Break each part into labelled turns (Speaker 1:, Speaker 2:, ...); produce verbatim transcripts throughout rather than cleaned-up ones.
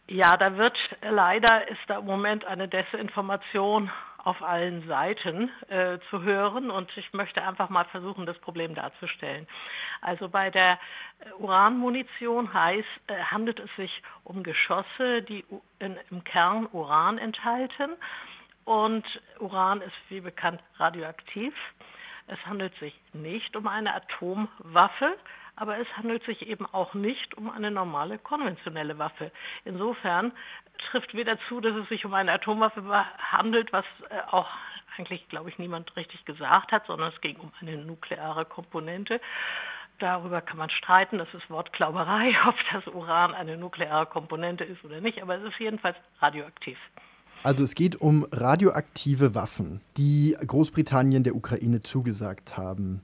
Speaker 1: Ja, da wird leider ist da im Moment eine Desinformation auf allen Seiten äh, zu hören und ich möchte einfach mal versuchen, das Problem darzustellen. Also bei der äh, Uranmunition heißt, äh, handelt es sich um Geschosse, die u- in, im Kern Uran enthalten und Uran ist wie bekannt radioaktiv. Es handelt sich nicht um eine Atomwaffe, aber es handelt sich eben auch nicht um eine normale konventionelle Waffe. Insofern trifft weder zu, dass es sich um eine Atomwaffe handelt, was äh, auch eigentlich, glaube ich, niemand richtig gesagt hat, sondern es ging um eine nukleare Komponente. Darüber kann man streiten, das ist Wortklauberei, ob das Uran eine nukleare Komponente ist oder nicht, aber es ist jedenfalls radioaktiv.
Speaker 2: Also es geht um radioaktive Waffen, die Großbritannien der Ukraine zugesagt haben.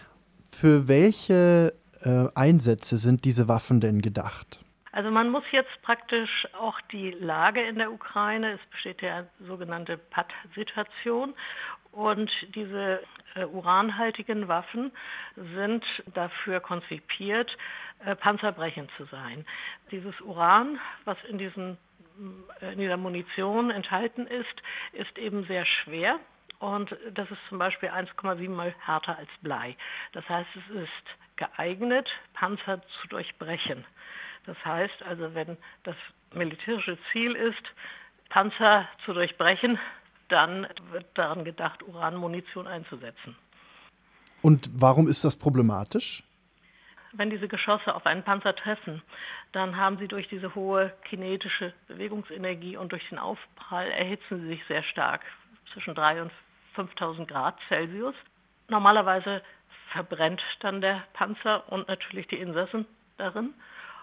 Speaker 2: Für welche äh, Einsätze sind diese Waffen denn gedacht?
Speaker 1: Also man muss jetzt praktisch auch die Lage in der Ukraine, es besteht ja eine sogenannte Patt-Situation und diese äh, uranhaltigen Waffen sind dafür konzipiert, äh, panzerbrechend zu sein. Dieses Uran, was in, diesen, äh, in dieser Munition enthalten ist, ist eben sehr schwer. Und das ist zum Beispiel eins Komma sieben Mal härter als Blei. Das heißt, es ist geeignet, Panzer zu durchbrechen. Das heißt also, wenn das militärische Ziel ist, Panzer zu durchbrechen, dann wird daran gedacht, Uranmunition einzusetzen.
Speaker 2: Und warum ist das problematisch?
Speaker 1: Wenn diese Geschosse auf einen Panzer treffen, dann haben sie durch diese hohe kinetische Bewegungsenergie und durch den Aufprall erhitzen sie sich sehr stark, zwischen dreitausend und fünftausend Grad Celsius. Normalerweise verbrennt dann der Panzer und natürlich die Insassen darin.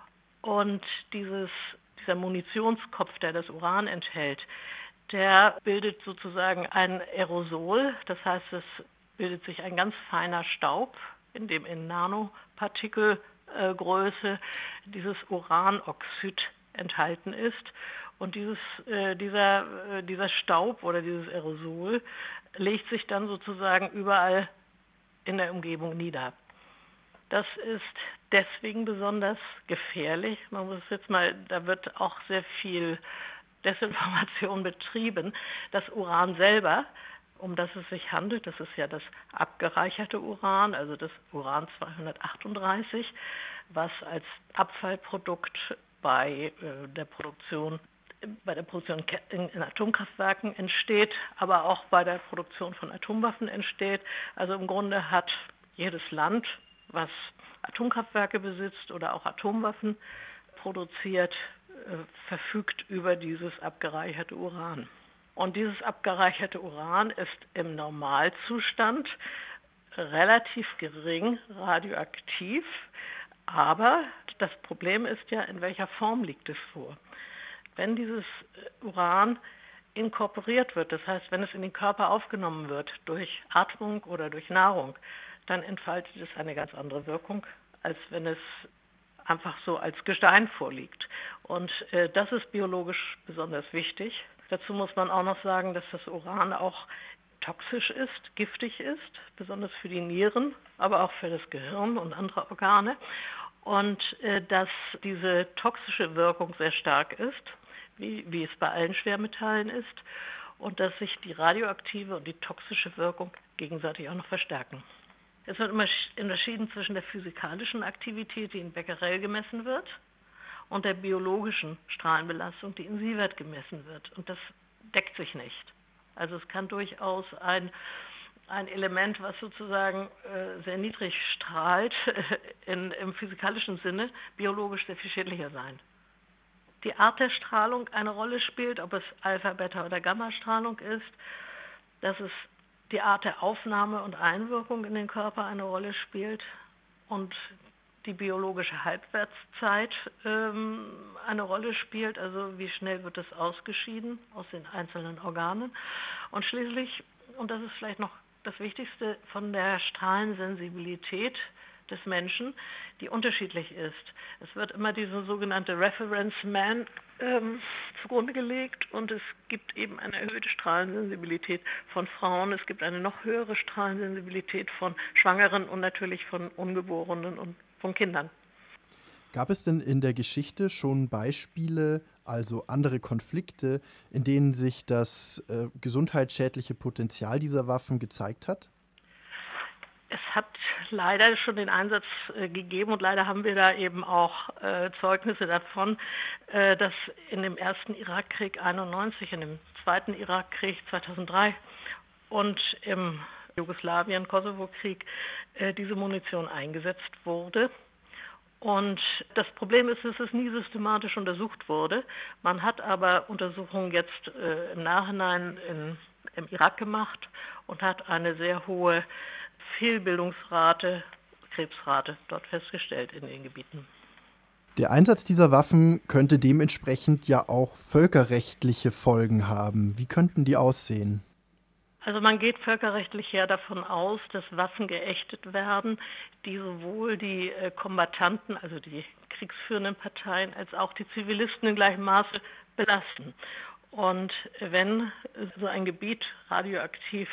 Speaker 1: Und dieses, dieser Munitionskopf, der das Uran enthält, der bildet sozusagen ein Aerosol. Das heißt, es bildet sich ein ganz feiner Staub, in dem in Nanopartikelgröße dieses Uranoxid enthalten ist. Und dieses, äh, dieser, äh, dieser Staub oder dieses Aerosol legt sich dann sozusagen überall in der Umgebung nieder. Das ist deswegen besonders gefährlich. Man muss jetzt mal, da wird auch sehr viel Desinformation betrieben. Das Uran selber, um das es sich handelt, das ist ja das abgereicherte Uran, also das Uran zweihundertachtunddreißig, was als Abfallprodukt bei äh, der Produktion bei der Produktion in, in Atomkraftwerken entsteht, aber auch bei der Produktion von Atomwaffen entsteht. Also im Grunde hat jedes Land, was Atomkraftwerke besitzt oder auch Atomwaffen produziert, äh, verfügt über dieses abgereicherte Uran. Und dieses abgereicherte Uran ist im Normalzustand relativ gering radioaktiv, aber das Problem ist ja, in welcher Form liegt es vor? Wenn dieses Uran inkorporiert wird, das heißt, wenn es in den Körper aufgenommen wird durch Atmung oder durch Nahrung, dann entfaltet es eine ganz andere Wirkung, als wenn es einfach so als Gestein vorliegt. Und äh, das ist biologisch besonders wichtig. Dazu muss man auch noch sagen, dass das Uran auch toxisch ist, giftig ist, besonders für die Nieren, aber auch für das Gehirn und andere Organe. Und äh, dass diese toxische Wirkung sehr stark ist, wie, wie es bei allen Schwermetallen ist, und dass sich die radioaktive und die toxische Wirkung gegenseitig auch noch verstärken. Es wird immer unterschieden zwischen der physikalischen Aktivität, die in Becquerel gemessen wird, und der biologischen Strahlenbelastung, die in Sievert gemessen wird. Und das deckt sich nicht. Also es kann durchaus ein, ein Element, was sozusagen äh, sehr niedrig strahlt, in, im physikalischen Sinne biologisch sehr viel schädlicher sein. Die Art der Strahlung eine Rolle spielt, ob es Alpha-, Beta- oder Gamma-Strahlung ist, dass es die Art der Aufnahme und Einwirkung in den Körper eine Rolle spielt und die biologische Halbwertszeit ähm, eine Rolle spielt, also wie schnell wird es ausgeschieden aus den einzelnen Organen. Und schließlich, und das ist vielleicht noch das Wichtigste, von der Strahlensensibilität des Menschen, die unterschiedlich ist. Es wird immer diese sogenannte Reference Man ähm, zugrunde gelegt und es gibt eben eine erhöhte Strahlensensibilität von Frauen, es gibt eine noch höhere Strahlensensibilität von Schwangeren und natürlich von Ungeborenen und von Kindern.
Speaker 2: Gab es denn in der Geschichte schon Beispiele also andere Konflikte, in denen sich das äh, gesundheitsschädliche Potenzial dieser Waffen gezeigt hat?
Speaker 1: Es hat leider schon den Einsatz äh, gegeben und leider haben wir da eben auch äh, Zeugnisse davon, äh, dass in dem ersten Irakkrieg einundneunzig, in dem zweiten Irakkrieg zweitausenddrei und im Jugoslawien-Kosovo-Krieg äh, diese Munition eingesetzt wurde. Und das Problem ist, dass es nie systematisch untersucht wurde. Man hat aber Untersuchungen jetzt äh, im Nachhinein in, im Irak gemacht und hat eine sehr hohe Fehlbildungsrate, Krebsrate dort festgestellt in den Gebieten.
Speaker 2: Der Einsatz dieser Waffen könnte dementsprechend ja auch völkerrechtliche Folgen haben. Wie könnten die aussehen?
Speaker 1: Also man geht völkerrechtlich ja davon aus, dass Waffen geächtet werden, die sowohl die äh, Kombattanten, also die kriegsführenden Parteien, als auch die Zivilisten in gleichem Maße belasten. Und wenn so ein Gebiet radioaktiv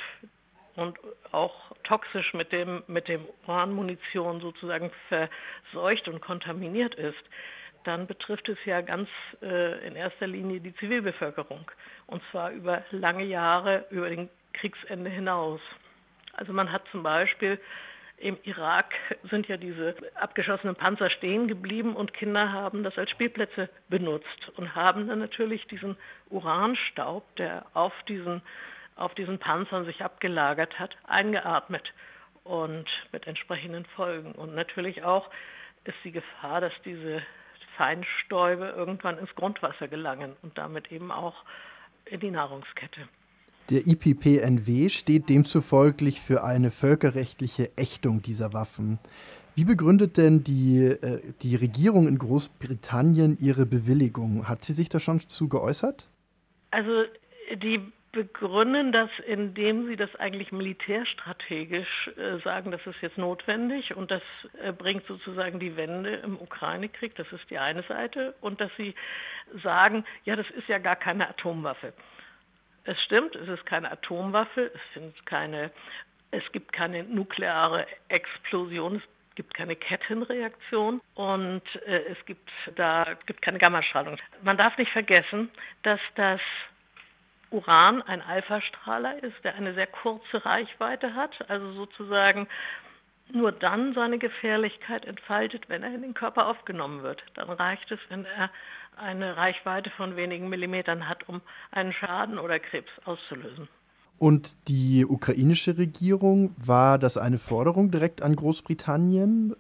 Speaker 1: und auch toxisch mit dem, mit dem Uranmunition sozusagen verseucht und kontaminiert ist, dann betrifft es ja ganz äh, in erster Linie die Zivilbevölkerung. Und zwar über lange Jahre, über den Kriegsende hinaus. Also man hat zum Beispiel im Irak sind ja diese abgeschossenen Panzer stehen geblieben und Kinder haben das als Spielplätze benutzt und haben dann natürlich diesen Uranstaub, der auf diesen, auf diesen Panzern sich abgelagert hat, eingeatmet und mit entsprechenden Folgen. Und natürlich auch ist die Gefahr, dass diese Feinstäube irgendwann ins Grundwasser gelangen und damit eben auch in die Nahrungskette.
Speaker 2: Der I P P N W steht demzufolge für eine völkerrechtliche Ächtung dieser Waffen. Wie begründet denn die, äh, die Regierung in Großbritannien ihre Bewilligung? Hat sie sich da schon zu geäußert?
Speaker 1: Also die begründen das, indem sie das eigentlich militärstrategisch äh, sagen, das ist jetzt notwendig und das äh, bringt sozusagen die Wende im Ukraine-Krieg, das ist die eine Seite, und dass sie sagen, ja, das ist ja gar keine Atomwaffe. Es stimmt, es ist keine Atomwaffe, es sind keine, es gibt keine nukleare Explosion, es gibt keine Kettenreaktion und äh, es gibt da gibt keine Gammastrahlung. Man darf nicht vergessen, dass das Uran ein Alphastrahler ist, der eine sehr kurze Reichweite hat, also sozusagen nur dann seine Gefährlichkeit entfaltet, wenn er in den Körper aufgenommen wird. Dann reicht es, wenn er eine Reichweite von wenigen Millimetern hat, um einen Schaden oder Krebs auszulösen.
Speaker 2: Und die ukrainische Regierung, war das eine Forderung direkt an Großbritannien?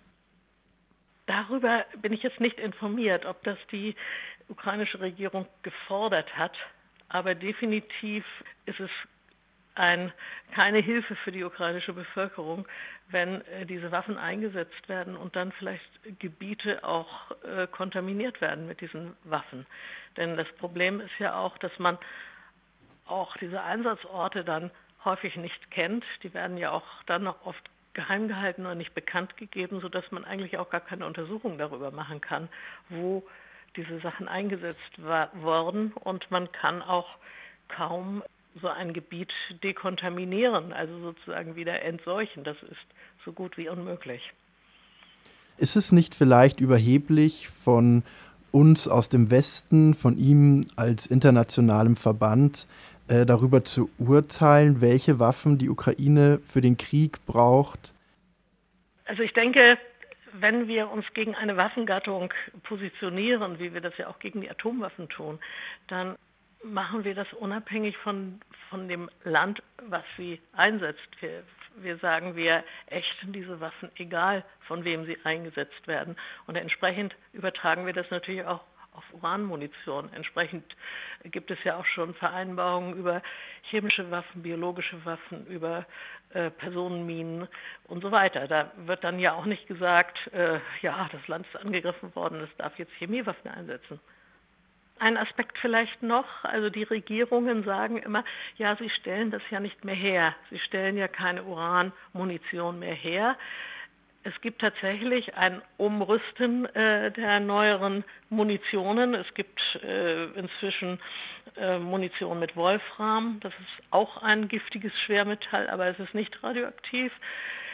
Speaker 1: Darüber bin ich jetzt nicht informiert, ob das die ukrainische Regierung gefordert hat, aber definitiv ist es ein, keine Hilfe für die ukrainische Bevölkerung, wenn äh, diese Waffen eingesetzt werden und dann vielleicht Gebiete auch äh, kontaminiert werden mit diesen Waffen. Denn das Problem ist ja auch, dass man auch diese Einsatzorte dann häufig nicht kennt. Die werden ja auch dann noch oft geheim gehalten oder nicht bekannt gegeben, sodass man eigentlich auch gar keine Untersuchung darüber machen kann, wo diese Sachen eingesetzt war, wurden. Und man kann auch kaum so ein Gebiet dekontaminieren, also sozusagen wieder entseuchen. Das ist so gut wie unmöglich.
Speaker 2: Ist es nicht vielleicht überheblich von uns aus dem Westen, von ihm als internationalem Verband, äh, darüber zu urteilen, welche Waffen die Ukraine für den Krieg braucht?
Speaker 1: Also ich denke, wenn wir uns gegen eine Waffengattung positionieren, wie wir das ja auch gegen die Atomwaffen tun, dann machen wir das unabhängig von, von dem Land, was sie einsetzt. Wir, wir sagen, wir ächten diese Waffen, egal von wem sie eingesetzt werden. Und entsprechend übertragen wir das natürlich auch auf Uranmunition. Entsprechend gibt es ja auch schon Vereinbarungen über chemische Waffen, biologische Waffen, über äh, Personenminen und so weiter. Da wird dann ja auch nicht gesagt, äh, ja, das Land ist angegriffen worden, es darf jetzt Chemiewaffen einsetzen. Ein Aspekt vielleicht noch, also die Regierungen sagen immer, ja, sie stellen das ja nicht mehr her. Sie stellen ja keine Uranmunition mehr her. Es gibt tatsächlich ein Umrüsten äh, der neueren Munitionen. Es gibt äh, inzwischen äh, Munition mit Wolfram. Das ist auch ein giftiges Schwermetall, aber es ist nicht radioaktiv.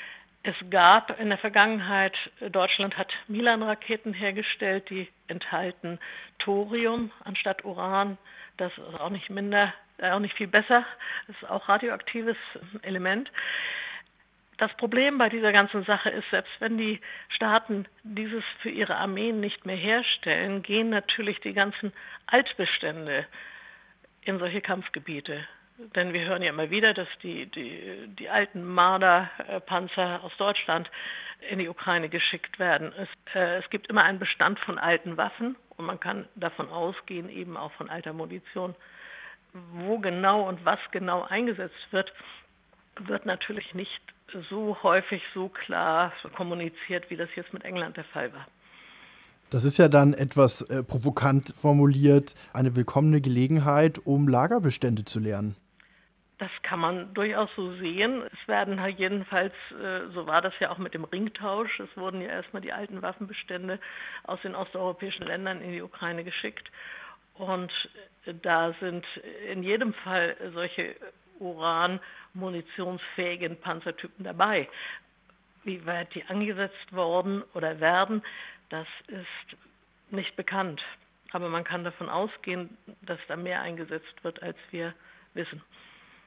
Speaker 1: Es gab in der Vergangenheit, Deutschland hat Milan-Raketen hergestellt, die enthalten Thorium anstatt Uran. Das ist auch nicht minder, auch nicht viel besser. Das ist auch radioaktives Element. Das Problem bei dieser ganzen Sache ist, selbst wenn die Staaten dieses für ihre Armeen nicht mehr herstellen, gehen natürlich die ganzen Altbestände in solche Kampfgebiete. Denn wir hören ja immer wieder, dass die, die, die alten Marder-Panzer aus Deutschland in die Ukraine geschickt werden. Es, äh, es gibt immer einen Bestand von alten Waffen und man kann davon ausgehen, eben auch von alter Munition. Wo genau und was genau eingesetzt wird, wird natürlich nicht so häufig, so klar kommuniziert, wie das jetzt mit England der Fall war.
Speaker 2: Das ist ja dann etwas äh, provokant formuliert, eine willkommene Gelegenheit, um Lagerbestände zu lernen.
Speaker 1: Das kann man durchaus so sehen. Es werden halt jedenfalls, äh, so war das ja auch mit dem Ringtausch, es wurden ja erstmal die alten Waffenbestände aus den osteuropäischen Ländern in die Ukraine geschickt. Und äh, da sind in jedem Fall solche Uran-munitionsfähigen Panzertypen dabei. Wie weit die angesetzt worden oder werden, das ist nicht bekannt. Aber man kann davon ausgehen, dass da mehr eingesetzt wird, als wir wissen.